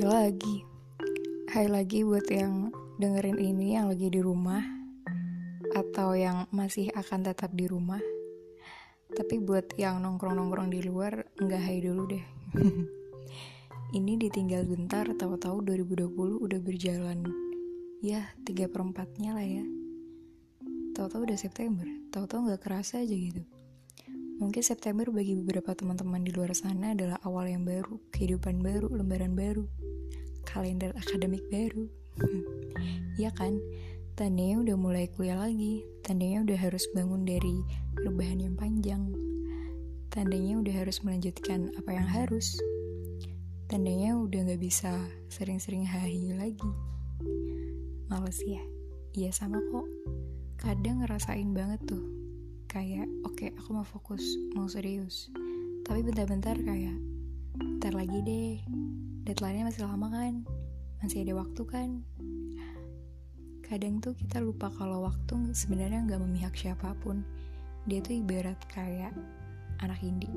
lagi. Hai lagi buat yang dengerin ini yang lagi di rumah atau yang masih akan tetap di rumah. Tapi buat yang nongkrong-nongkrong di luar, enggak hai dulu deh. Ini ditinggal bentar, tahu-tahu 2020 udah berjalan. Ya, 3/4-nya lah ya. Tahu-tahu udah September, tahu-tahu enggak kerasa aja gitu. Mungkin September bagi beberapa teman-teman di luar sana adalah awal yang baru, kehidupan baru, lembaran baru, kalender akademik baru. Iya kan? Tandanya udah mulai kuliah lagi, tandanya udah harus bangun dari rebahan yang panjang, tandanya udah harus melanjutkan apa yang harus, tandanya udah gak bisa sering-sering hahi lagi. Males ya? Iya sama kok. Kadang ngerasain banget tuh kayak oke, aku mau fokus, mau serius, tapi bentar-bentar kayak bentar lagi deh, deadline-nya masih lama kan, masih ada waktu kan. Kadang tuh kita lupa kalau waktu sebenarnya gak memihak siapapun. Dia tuh ibarat kayak anak indie.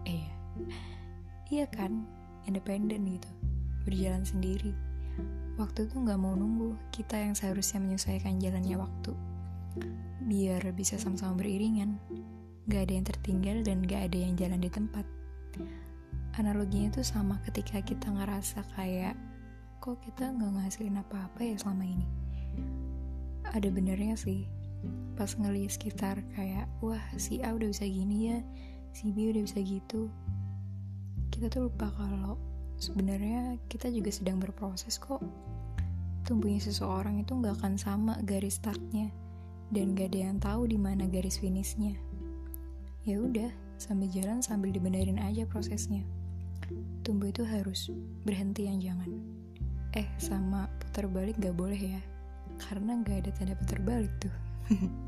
Iya kan, independen gitu, berjalan sendiri. Waktu tuh gak mau nunggu kita yang seharusnya menyesuaikan jalannya waktu, biar bisa sama-sama beriringan. Gak ada yang tertinggal dan gak ada yang jalan di tempat. Analoginya tuh sama ketika kita ngerasa kayak kok kita gak ngasilin apa-apa ya selama ini. Ada benernya sih, pas ngeliat sekitar kayak wah si A udah bisa gini ya, si B udah bisa gitu. Kita tuh lupa kalau sebenarnya kita juga sedang berproses kok. Tumbuhnya seseorang itu gak akan sama garis startnya, dan gak ada yang tahu di mana garis finishnya. Ya udah, sambil jalan sambil dibenerin aja prosesnya. Tumbuh itu harus, berhenti yang jangan. Sama putar balik gak boleh ya, karena gak ada tanda putar balik tuh.